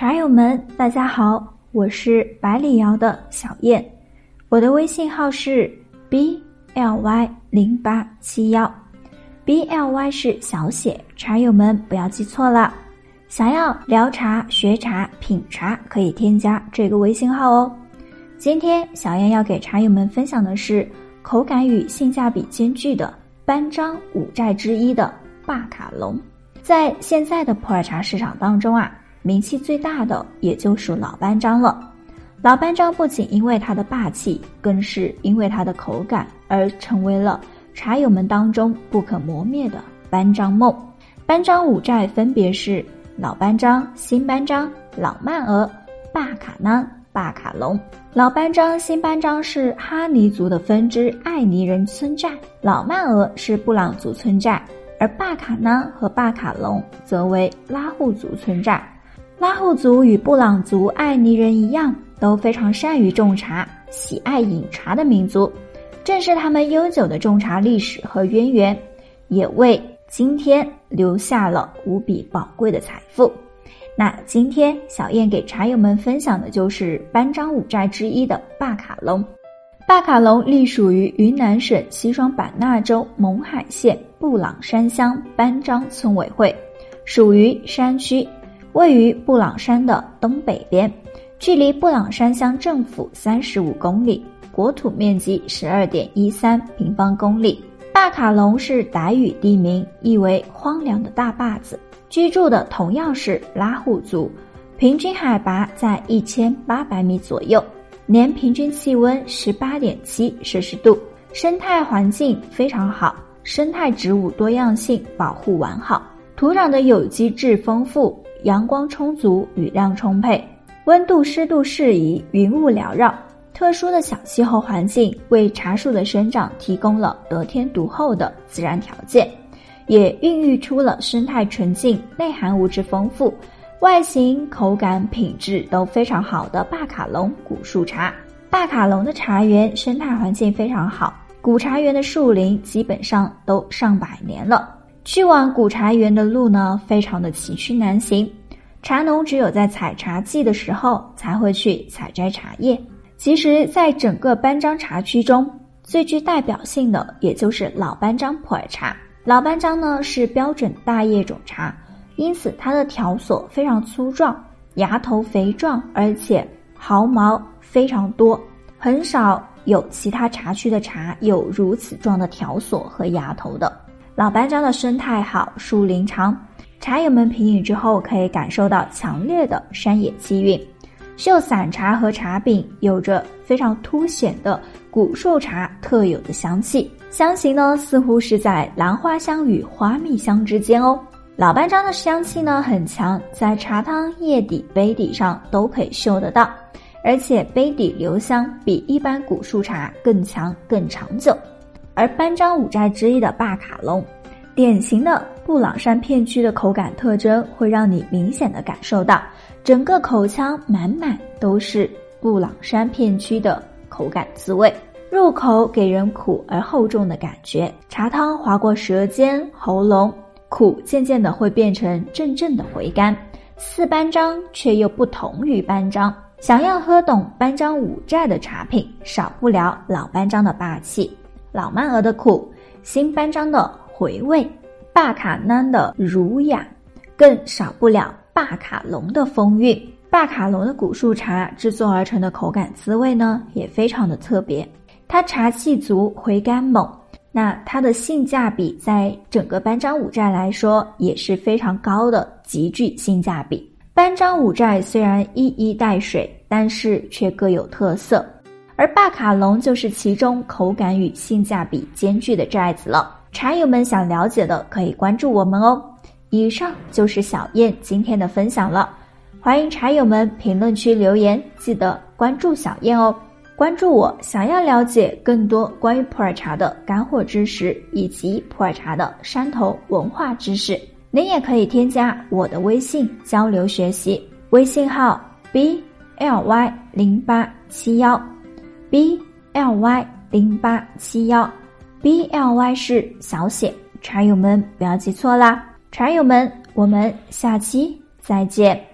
茶友们大家好，我是百里瑶的小燕，我的微信号是 BLY0871， BLY 是小写，茶友们不要记错了。想要聊茶、学茶、品茶，可以添加这个微信号哦。今天小燕要给茶友们分享的是口感与性价比兼具的班章五寨之一的巴卡龙。在现在的普洱茶市场当中名气最大的也就属老班章了。老班章不仅因为它的霸气，更是因为它的口感而成为了茶友们当中不可磨灭的班章梦。班章五寨分别是老班章、新班章、老曼鹅、巴卡囊、巴卡龙。老班章、新班章是哈尼族的分支爱尼人村寨，老曼鹅是布朗族村寨，而巴卡囊和巴卡龙则为拉祜族村寨。拉祜族与布朗族爱尼人一样，都非常善于种茶，喜爱饮茶的民族。正是他们悠久的种茶历史和渊源，也为今天留下了无比宝贵的财富。那今天小燕给茶友们分享的就是班章五寨之一的巴卡龙。巴卡龙隶属于云南省西双版纳州勐海县布朗山乡班章村委会，属于山区，位于布朗山的东北边，距离布朗山乡政府35公里，国土面积 12.13 平方公里。巴卡龙是傣语地名，意为荒凉的大坝子，居住的同样是拉祜族，平均海拔在1800米左右，年平均气温 18.7 摄氏度，生态环境非常好，生态植物多样性保护完好，土壤的有机质丰富，阳光充足，雨量充沛，温度湿度适宜，云雾缭绕。特殊的小气候环境为茶树的生长提供了得天独厚的自然条件，也孕育出了生态纯净、内含物质丰富、外形、口感、品质都非常好的巴卡龙古树茶。巴卡龙的茶园生态环境非常好，古茶园的树林基本上都上百年了。去往古茶园的路呢，非常的崎岖难行，茶农只有在采茶季的时候才会去采摘茶叶。其实在整个班章茶区中，最具代表性的也就是老班章普洱茶。老班章呢是标准大叶种茶，因此它的条索非常粗壮，芽头肥壮，而且毫毛非常多，很少有其他茶区的茶有如此壮的条索和芽头的。老班章的生态好，树林长，茶友们品饮之后可以感受到强烈的山野气韵。秀散茶和茶饼有着非常凸显的古树茶特有的香气，香型呢似乎是在兰花香与花蜜香之间哦。老班章的香气呢很强，在茶汤、叶底、杯底上都可以嗅得到，而且杯底留香比一般古树茶更强更长久。而班章五寨之一的巴卡龙，典型的布朗山片区的口感特征会让你明显的感受到整个口腔满满都是布朗山片区的口感滋味，入口给人苦而厚重的感觉，茶汤划过舌尖、喉咙，苦渐渐的会变成阵阵的回甘。四班章却又不同于班章，想要喝懂班章五寨的茶品，少不了老班章的霸气，老曼鹅的苦，新班章的回味，巴卡囊的儒雅，更少不了巴卡龙的风韵。巴卡龙的古树茶制作而成的口感滋味呢，也非常的特别，它茶气足，回甘猛，那它的性价比在整个班章五寨来说也是非常高的，极具性价比。班章五寨虽然一一带水，但是却各有特色，而巴卡龙就是其中口感与性价比兼具的寨子了。茶友们想了解的可以关注我们哦。以上就是小燕今天的分享了，欢迎茶友们评论区留言，记得关注小燕哦。关注我，想要了解更多关于普洱茶的干货知识以及普洱茶的山头文化知识。您也可以添加我的微信交流学习，微信号 BLY0871 BLY0871 BLY 是小写，茶友们不要记错啦。茶友们，我们下期再见。